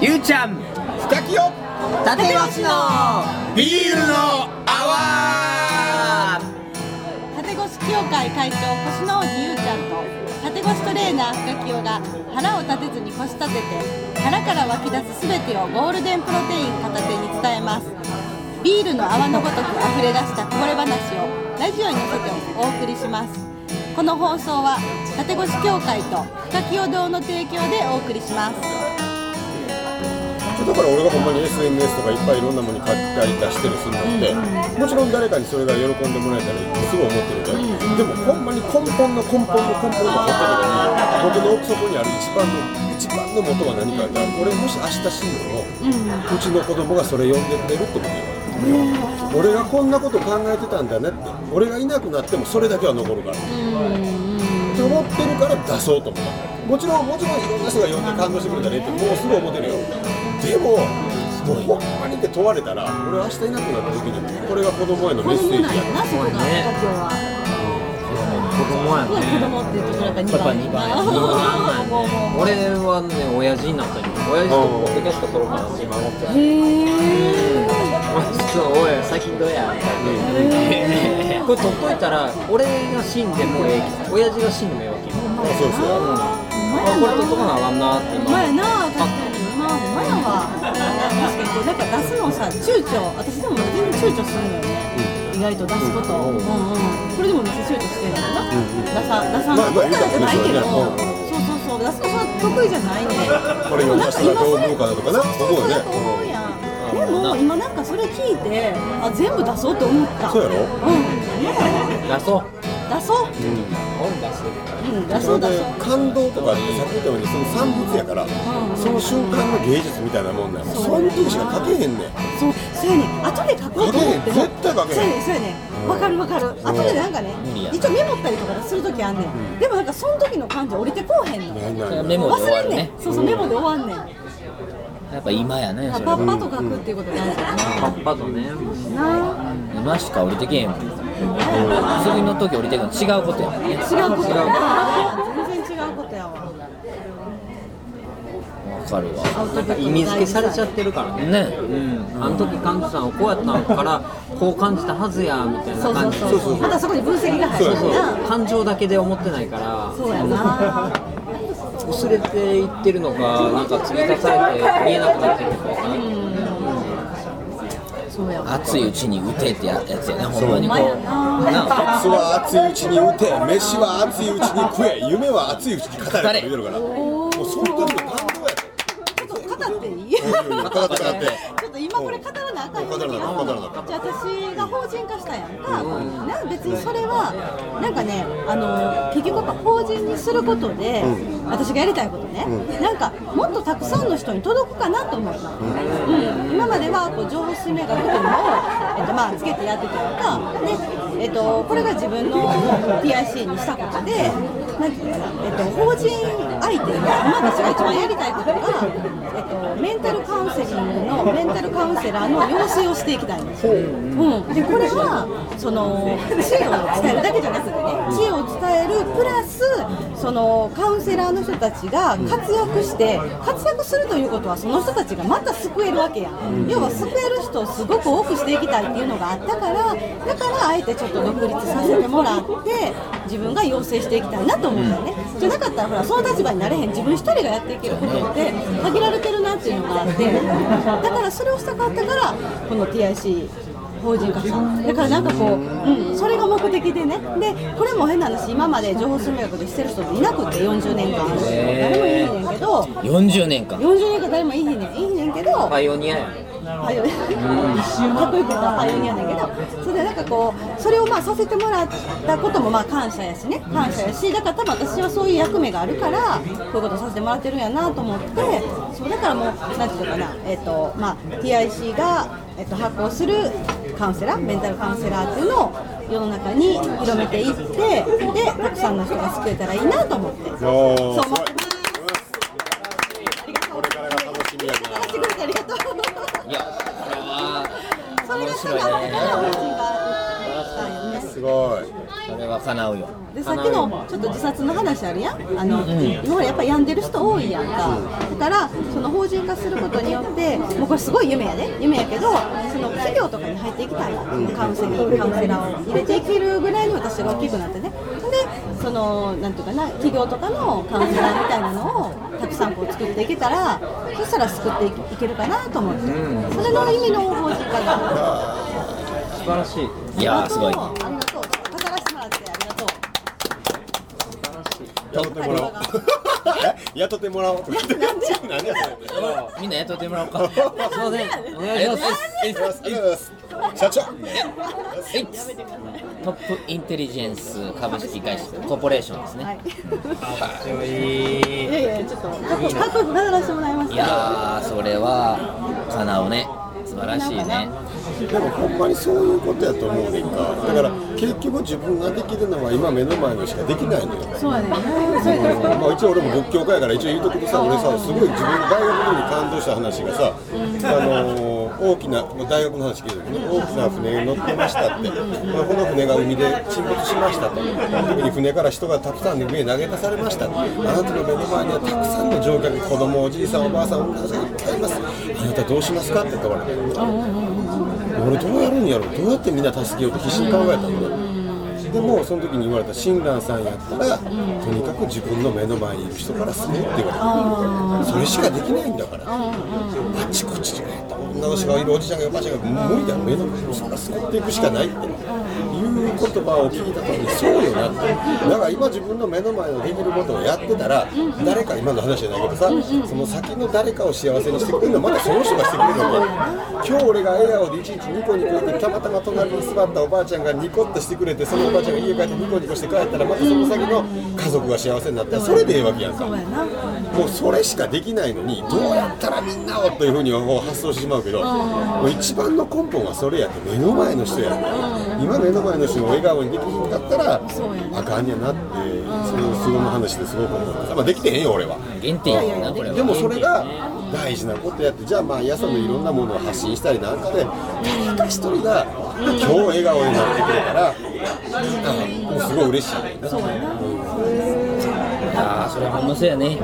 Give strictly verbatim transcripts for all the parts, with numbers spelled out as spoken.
ゆうちゃん、 深きよ、 立越のビールの泡。 立越協会会長腰の王子ゆうちゃんと立越トレーナー深きよが腹を立てずに腰立てて腹から湧き出すすべてをゴールデンプロテイン片手に伝えます。ビールの泡のごとく溢れ出したこぼれ話をラジオに乗せてお送りします。この放送は立越協会と深きよ堂の提供でお送りします。 だから俺がほんまに エスエヌエス とかいっぱいいろんなものに買ったり出したりするのって、うん、もちろん誰かにそれが喜んでもらえたらいいってすごい思ってるね、うん、でもほんまに根本の根本の根本が掘った時に僕の奥底にある一番の一番の元は何かって、俺もし明日死ぬの、うん、うちの子供がそれ読んでくれるってことよ、うん、俺がこんなこと考えてたんだねって、俺がいなくなってもそれだけは残るから、うん、って思ってるから出そうと思った。もちろんもちろんいろんな人が読んで感動してくれたらいいってもうすぐ思ってるよ。でももうほんまにって問われたら、俺明日いなくなった時にこれが子供へのメッセージやな。そこが今日は子供やね。 子供って言うとそれがにばんにばん俺はね、親父になったり親父とポッドキャスト撮ろうかなって今思ってる。へー、おい最近どうやみたいな。これ撮っといたら俺が死んでもええけど親父が死んでもええわけよ。 そうそう、うん、 これ撮っとかなあかんなって今。 お前なあ、確かに今お前らは確かにこうなんか出すのさ躊躇、私でも全然躊躇するのよね、うん、意外と出すこと、うんうん、これでもめっちゃ躊躇してるんだな、うん、出さ出さんと得意じゃないけど、そうそうそう、出すのは得意じゃないね。 これ読ましたらどう思うかなとかな、思うよね。 思うやん。でも今なんかそれ聞いて、あ、全部出そうって思った。 そうやろ？ うん。 出そう。 出そう。 本出す。 うん、出そう出そう。 感動とかってさっき言ったようにその産物やから、うん、その瞬間の芸術みたいなもんだよ。その時しか書けへんねん。 そう、そうやねん。後で書こうと思っても。 絶対書けへん。 そうやねん、そうやねん。わかるわかる。後でなんかね、一応メモったりとかする時あんねん。でもなんかその時の感じ降りてこうへんの。 メモで終わるね。 そうそう、メモで終わんねん。 やっぱ今やね。 パッパと書くっていうことなんですよね。 パッパとね。今しか降りてけへん。次の時降りてくるの違うことやね。 違うことや。全然違うことやわ。 わかるわ。 意味付けされちゃってるからね。 ね。 うん。あの時感じたのこうやったからこう感じたはずやみたいな感じ。 そうそうそう。またそこに分析が入るから。 感情だけで思ってないから。 そうやな。 薄れていってるのか、なんか継ぎ足されて見えなくなってるのか分からない。 熱いうちに打てってやつやね、ほんまにこう。 夏は熱いうちに打て、飯は熱いうちに食え、夢は熱いうちに語れって言ってるから。もうその時の感動やろ。 ちょっと語っていい？ 語って語って。 ちょっと今これ語らなあかんよ。じゃあ私が法人化したやんか。なん別にそれはなんかね、あの結局やっぱ法人にすることで、私がやりたいことね、なんかもっとたくさんの人に届くかなと思った。うん。今まではこう情報水明学っていうのをえっとまあつけてやってたやんか。で、えっとこれが自分の ティーアイシー にしたことで、なんていうかな、えっと法人相手に今私が一番やりたいことが、えっとメンタルカウンセリングのメンタルカウンセラーの養成をしていきたいんですよ。うん、でこれはその知恵を伝えるだけじゃなくてね、知恵を伝えるプラスそのカウンセラーの人たちが活躍して活躍するということはその人たちがまた救えるわけやん。要は救える人をすごく多くしていきたいっていうのがあったから、だからあえてちょっと独立させてもらって自分が養成していきたいなと思うんだよね。じゃなかったらほらその立場になれへん自分一人がやっていけることって限られてるなっていうのがあって、だからそれをしたかったからこの ティーアイシー 法人化した。だからなんかこう、うん、それが目的でね。でこれも変な話、今まで情報水明学でしてる人っていなくてよんじゅうねんかん誰もいいねんけど、 よんじゅうねんかんよんじゅうねんかん誰もいいねんいいねんけど、 パイオニアや。 パイオニア、一瞬かっこよく言ったらパイオニアなんだけど、それでなんかこうそれをまあさせてもらったこともまあ感謝やしね、感謝やし、だから多分私はそういう役目があるからこういうことさせてもらってるんやなと思って、そうだからもうなんていうのかな、えっとまあ ティーアイシー がえっと発行するカウンセラー、メンタルカウンセラーっていうのを世の中に広めていって、でたくさんの人が救えたらいいなと思って、そう思ってます。 これからが楽しみやな。 やってくれてありがとう。 いや、これはそれがしたかったから法人がしたよね。 すごい。 それは叶うよ。 でさっきのちょっと自殺の話あるやん、あの、うん、今やっぱ病んでる人多いやんか、だからその法人化することによって、もうこれすごい夢やで、夢やけど、その企業とかに入っていきたい、うん、カウンセリング、カウンセラーを入れていけるぐらいに私が大きくなってね、で、そのなんていうかな、企業とかのカウンセラーみたいなのをたくさんこう作っていけたら、そしたら救っていけるかなと思って、うん、それの意味の法人化が素晴らしい。 いやーすごい。 ありがとう。飾らせてもらってありがとう。 雇ってもらおう。雇ってもらおう。なんで？何やそれ。 みんな雇ってもらおうか。すみません。お願いします。 社長。 トップインテリジェンス株式会社コーポレーションですね。はい。 いやいやちょっとかっこよく飾らせてもらいます。 いやーそれは叶うね。素晴らしいね。 でもほんまにそういうことやと思うねんか。だから結局自分ができるのは今目の前のしかできないのよ。 そうやねんね。そうやねん。 まあ一応俺も仏教家やから一応言うとくとさ、俺さすごい自分の大学の時に感動した話がさ、あのー、大きな大学の話聞いた時に大きな船に乗ってましたって、この船が海で沈没しましたと、その時に船から人がたくさんで海へ投げ出されました、あなたの目の前にはたくさんの乗客、子供、おじいさん、おばあさん、お母さんいっぱいいます、あなたどうしますかって言われて、俺どうやるんやろ、どうやってみんな助けようって必死に考えたのね。でもその時に言われた親鸞さんやったら、とにかく自分の目の前にいる人から救うって言われて、それしかできないんだから、あっちこっちで女の人がいる、おじちゃんがいる、おばあちゃんが無理だよ、目の前の人から救っていくしかないっていう言葉を聞いた時にそうよなって。だから今自分の目の前のできることをやってたら、誰か今の話じゃないけどさ、その先の誰かを幸せにしてくれるのはまたその人がしてくれるので、今日俺が笑顔でいちいちニコニコってたまたま隣に座ったおばあちゃんがニコッとしてくれて、そのおばあちゃんが家帰ってニコニコして帰ったら、またその先の家族が幸せになったらそれでええわけやんか。もうそれしかできないのに、どうやったらみんなをというふうに発想してしまうけど、もう一番の根本はそれやって、目の前の人やって、今目の前の人を笑顔にできひんかったらあかんやなって、そういうすごい話ですごく思った。まあできてへんよ俺は。 原点やなこれは。 でもそれが大事なことやって、じゃあまあやさのいろんなものを発信したりなんかで、誰か一人が今日笑顔になってくれたら、もうすごい嬉しいね。そうやな。 ああそれはほんまそうやね。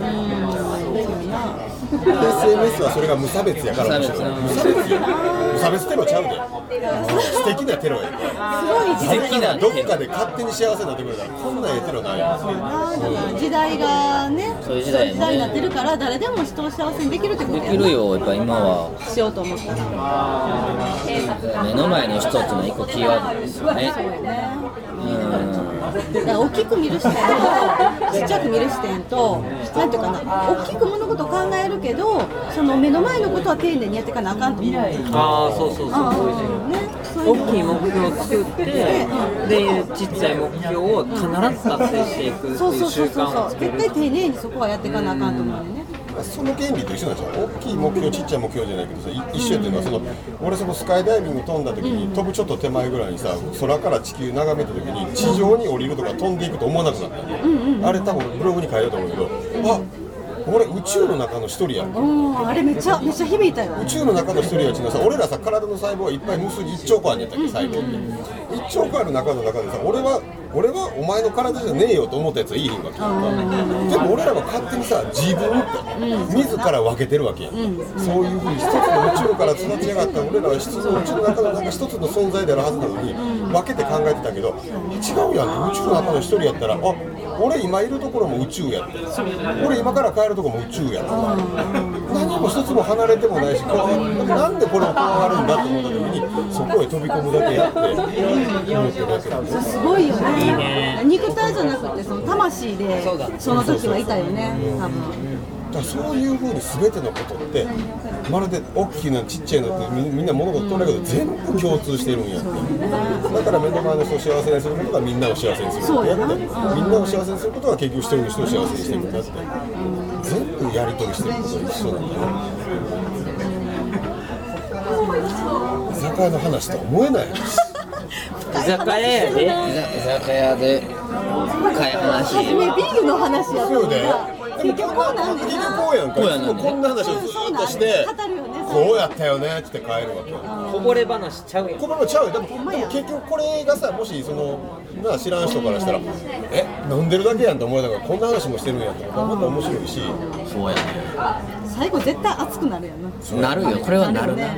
エスエヌエス はそれが無差別やから面白い。無差別や。無差別テロちゃうで。素敵なテロや。 素敵などっかで勝手に幸せになってくれたらこんなええテロないよ。 時代がね、 そういう時代になってるから誰でも人を幸せにできるってことやね。 できるよやっぱ今は。 しようと思ったら。 目の前の人っていうのは一個キーワードですよね。 そうよね。だから大きく見る視点とちっちゃく見る視点と、なんていうかな、大きく物事を考えるけど、その目の前のことは丁寧にやっていかなあかんと思う。 ああそうそうそうそういうね。大きい目標を作って、でちっちゃい目標を必ず達成していくっていう習慣を作る。 絶対丁寧にそこはやっていかなあかんと思うね。 その原理と一緒なんですよ。大きい目標、ちっちゃい目標じゃないけどさ、一緒っていうのはその、俺そのスカイダイビング飛んだ時に、飛ぶちょっと手前ぐらいにさ、空から地球眺めた時に地上に降りるとか飛んでいくと思わなくなったんで、あれ多分ブログに書いたと思うけど、あ俺宇宙の中の一人やん。 あれめっちゃめっちゃ響いたよ。 宇宙の中の一人やちのさ、俺らさ体の細胞はいっぱい無数にいっちょうこあんやったっけ、細胞っていっちょうこある中の中でさ、俺は俺はお前の体じゃねえよと思ったやつはいいひんわけやんか。でも俺らは勝手にさ、自分って自ら分けてるわけやん、うん、そういうふうに一つの宇宙から育ち上がった俺らは一つの宇宙の中の中一つの存在であるはずなのに、分けて考えてたけど、違うやん、宇宙の中の一人やったら、あ俺今いるところも宇宙やって、俺今から帰るところも宇宙やって、何も一つも離れてもないし、こうなんでこれを怖がるんだと思った時に、そこへ飛び込むだけやって思ってるだけなんです。 すごいよね。肉体じゃなくてその魂でその時はいたよね、多分。 だからそういうふうに全てのことってまるで大きいのちっちゃいのってみんな物事取れるけど全部共通してるんやって。だから目の前の人を幸せにすることがみんなを幸せにすることやって、みんなを幸せにすることが結局一人の人を幸せにしてるんだって、全部やり取りしてることが一緒なんだよ。居酒屋の話とは思えない話。 居酒屋やで。 居酒屋で深い話。 初めビールの話やったのが結局こうなんねんな。 結局こうやんか。いつもこんな話をずっとして。 語るよね。 こうやったよねって帰るわけよ。 こぼれ話ちゃうやん。 こぼれちゃうよ。でも、でも結局これがさ、もしそのな知らん人からしたらえ飲んでるだけやんと思いながらこんな話もしてるんやとまた面白いし、 そうやね。 最後絶対熱くなるよな。 なるよ、これはなるな。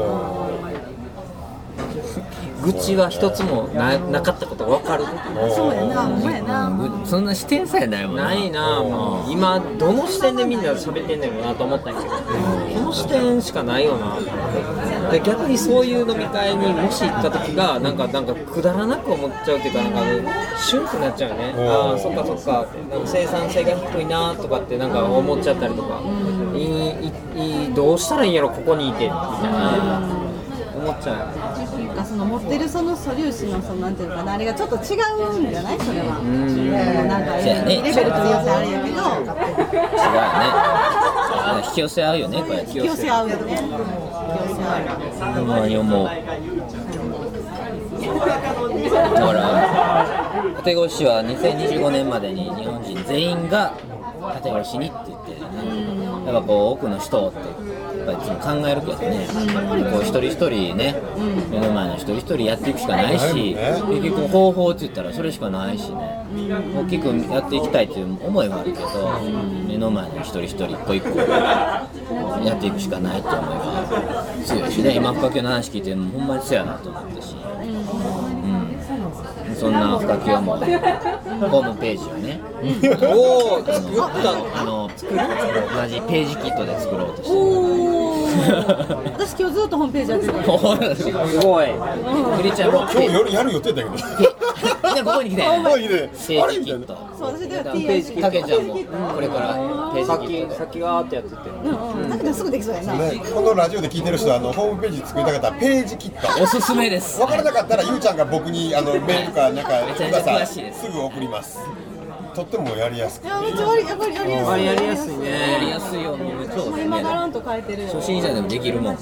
愚痴は一つも な, なかったことが分かる。 そうやな、ほんまやな。 そんな視点さえないもんないなもう今どの視点でみんな喋ってんねんろなと思ったんやけど、この視点しかないよな。で逆にそういう飲み会にもし行った時がなんかなんかくだらなく思っちゃうっていうか、なんかシュンってなっちゃうよね。ああそっかそっかってなんか生産性が低いなとかってなんか思っちゃったりとか、いいいいどうしたらいいんやろここにいてみたいな思っちゃう。 なんかその持ってるその素粒子のそのなんていうかな、あれがちょっと違うんじゃないそれは。うんなんかレベルというかあれやけど。 違うよね。引き寄せ合うよね、これ。 引き寄せ合うよね。引き寄せ合う。 ほんまに思う。だからカテゴリー氏はにせんにじゅうごねんまでに日本人全員がカテゴリー氏にって言ってるよね。やっぱこう多くの人ってやっぱりいつも考えるけどね、やっぱりこう一人一人ね、目の前の一人一人やっていくしかないし、結局方法って言ったらそれしかないしね、大きくやっていきたいっていう思いはあるけど、目の前の一人一人一個一個やっていくしかないって思いが強いしね。今深木の話聞いてほんまにそうやなと思ったし、うん、そんな深木はもうホームページをねおお作ったの。 あの同じページキットで作ろうとしてる。 おー私今日ずっとホームページやってるからすごい。 クリちゃんロック今ペー日夜やる予定だけどジでここに来てあんまりねページキットそう私ではページキットたけちゃんもこれからペさっージキットきさっきがーってやってて、 うんうんだけどすぐできそうやなね、このラジオで聞いてる人はあのホームページ作りたかったらページ切ったおすすめです。 分からなかったらゆうちゃんが僕にあのメールかなんかめちゃめちゃ詳しいですすぐ送ります。とってもやりやすくいやめっちゃやっぱりやりやすいあれやりやすいやね。 りやすいよ。もうめっちゃおすすめ今だがらんと変えてるよ初心者でもできるもん。うん。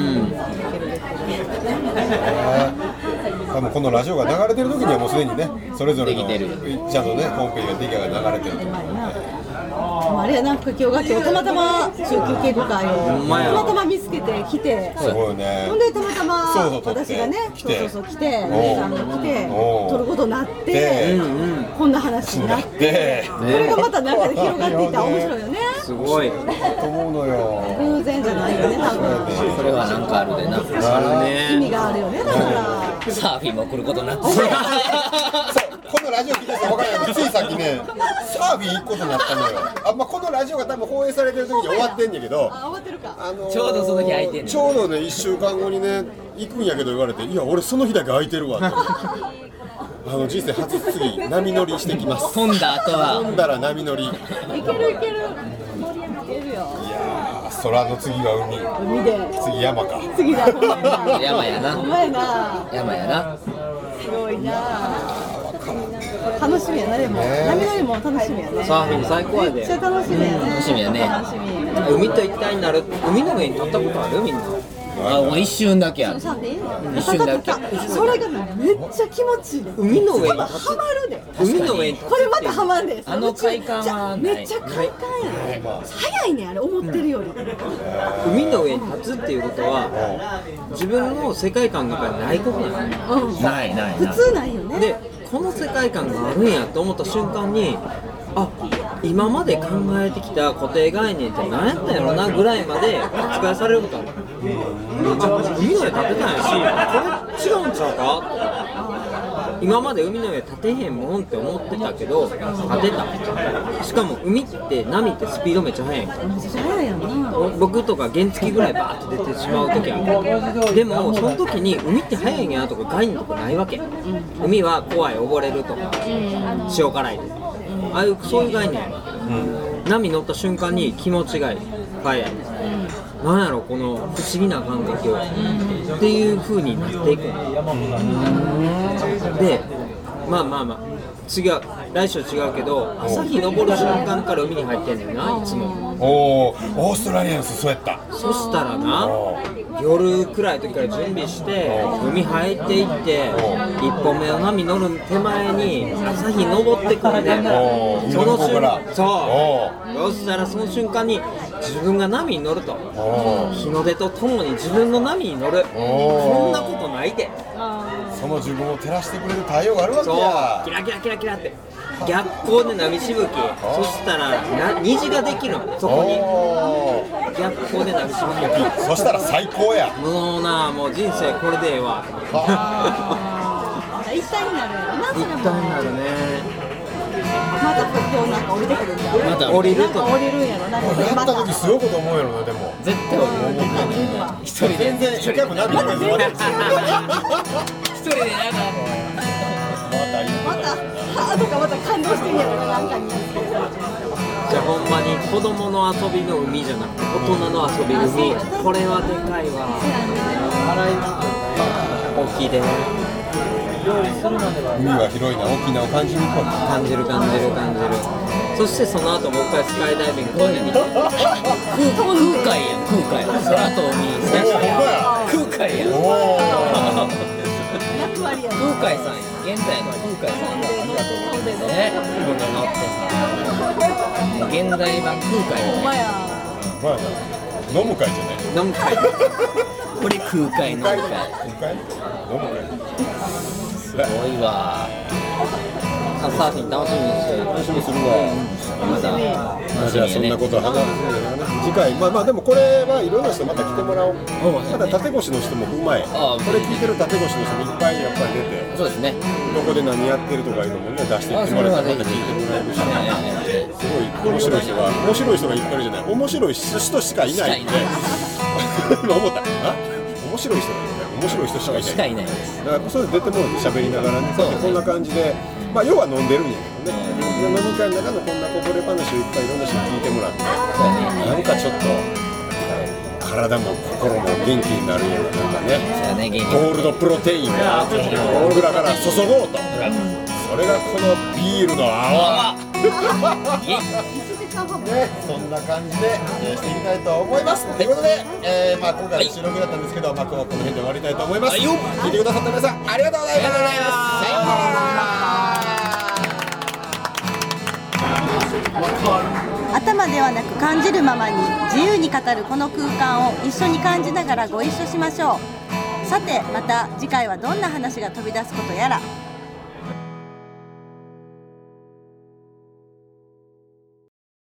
多分このラジオが流れてる時にはもうすでにねそれぞれのできてるちゃんとねホームページが出来上がれてると思うのでもうあれやなんか今日が今日たまたま中級警部会をんまやたまたま見つけて来てすごいねほんでたまたまそうそう撮って私がね来てそうそうそう来て姉さんが来ておう撮ることになってでこんな話になってでこれがまたなんかで広がっていったら面白いよねすごい。 と思うのよ偶然じゃないよね多分それはなんかあるでな。 あるね。 意味があるよねだからサーフィンも来ることになって。 そうこのラジオ聞いた人分からないけどついさっきねサーフィン行くことになったのよあ、まあ、このラジオが多分放映されてる時に終わってんやけどあ終わってるかあのーちょうどその日空いてんねんちょうどねいっしゅうかんごにね行くんやけど言われていや俺その日だけ空いてるわってあの人生初次波乗りしてきます飛んだ後は飛んだら波乗りいやいけるいけるいけるよー空の次は海海で次山か次だほんまやな山やなほんまやな山やな。 すごいな楽しみやなでもね波乗りも楽しみやねサーフィン最高やでめっち。ゃ楽しみやね楽しみやね楽しみ海と一体になる。海の上に乗ったことあるみんな。 あ、もう一瞬だけある。 サーフィン一瞬だけそれがねめっちゃ気持ちいいね海の上に多分ハマるで海の上に立つこれまたハマるであの快感はないめっちゃ快感やね早いねあれ思ってるより海の上に立つっていうことは自分の世界観の中にないことなの。 うんないない普ない。 通ないよねでこの世界観があるんやと思った瞬間にあ今まで考えてきた固定概念って何やったんやろなぐらいまで覆されることある。あ海の上立てたんやしこれ違うんちゃうか今まで海の上立てへんもんって思ってたけど立てた。しかも海って波ってスピードめっちゃ速いんめっちゃ早いやんな僕とか原付ぐらいバーって出てしまう時ある。でもその時に海って速いんやとか概念とかないわけ。海は怖い溺れるとか塩辛いでああいうそういう概念やねんけど、波乗った瞬間に気持ちがいい速い、なんやろこの不思議な感覚っていう風になっていくのでまあまあまあ違う来週違うけど朝日昇る瞬間から海に入ってんねんないつも。 おーオーストラリアンスそうやったそしたらな夜暗い時から準備して海入っていって一本目の波乗る手前に朝日昇ってくるねん。 おーその海の向こうから瞬そうそしたらその瞬間に自分が波に乗ると、 おー日の出とともに自分の波に乗る、 おーそんなことないで。 その自分を照らしてくれる太陽があるわけそうやキラキラキラキラって逆光で波しぶき、そしたらな虹ができるの、そこにおー逆光で波しぶき、 そしたら最高やもうな、もう人生これでええわ、 あー一体になるやろな、それも一体になるね。 またこうなんか降りてくるんだまた降りるとなんか降りるんやろな、 やった時すごいこと思うやろな。でも絶対俺も思ってない一人で全然一回も波に乗ってまた一人でなんかまたハードがまた感動してんやろな、なんかにじゃあほんまに子供の遊びの海じゃなくて大人の遊びの海、これはでかいわ。大きいで海は広いな、沖縄を感じに行こう。 感じる感じる感じる。そしてその後もう一回スカイダイビングしてみて、 空空海やん、空海空と海空海やんおー役割やろ。 空海さんや現在の空海さんやね、こんなのってさ現代版空海やねほんまや。 まあな飲む会じゃない飲む会これ空海の空海飲む会飲む会すごいわサーフィン楽しみにしてる。 楽しみするわ。 まだまあじゃあそんなことを話すんだよね。次回まあまあでもこれはいろんな人また来てもらおう。まだ縦越しの人も踏まえ、 ああこれ聞いてる縦越しの人もいっぱいやっぱり出て、 そうですねどこで何やってるとかいうのもね出していってもらってまた聞いてもらえるし、すごい面白い人が面白い人がいっぱいいるじゃない。面白い人しかいないんで。今思った。あ、面白い人がいない。面白い人しかいない。 しかいないですだからそれ出てもらって喋りながらね、 そうねこんな感じで、まあ要は飲んでるんやけどね。飲み会の中のこんなこぼれ話をいっぱいいろんな人に聞いてもらって、 そうやねなんかちょっと体も心も元気になるようななんかね、 そうやね元気ゴールドプロテインを僕らから注ごうと。それがこのビールの泡。 イエイね、そんな感じで、えーしていきたいと思います。ということで、えーまあ、今回の収録だったんですけど、まあ、今日はこの辺で終わりたいと思います。 はいよ聞いてくださった皆さんありがとうございます。さようなら。 頭ではなく感じるままに自由に語るこの空間を一緒に感じながらご一緒しましょう。さてまた次回はどんな話が飛び出すことやら。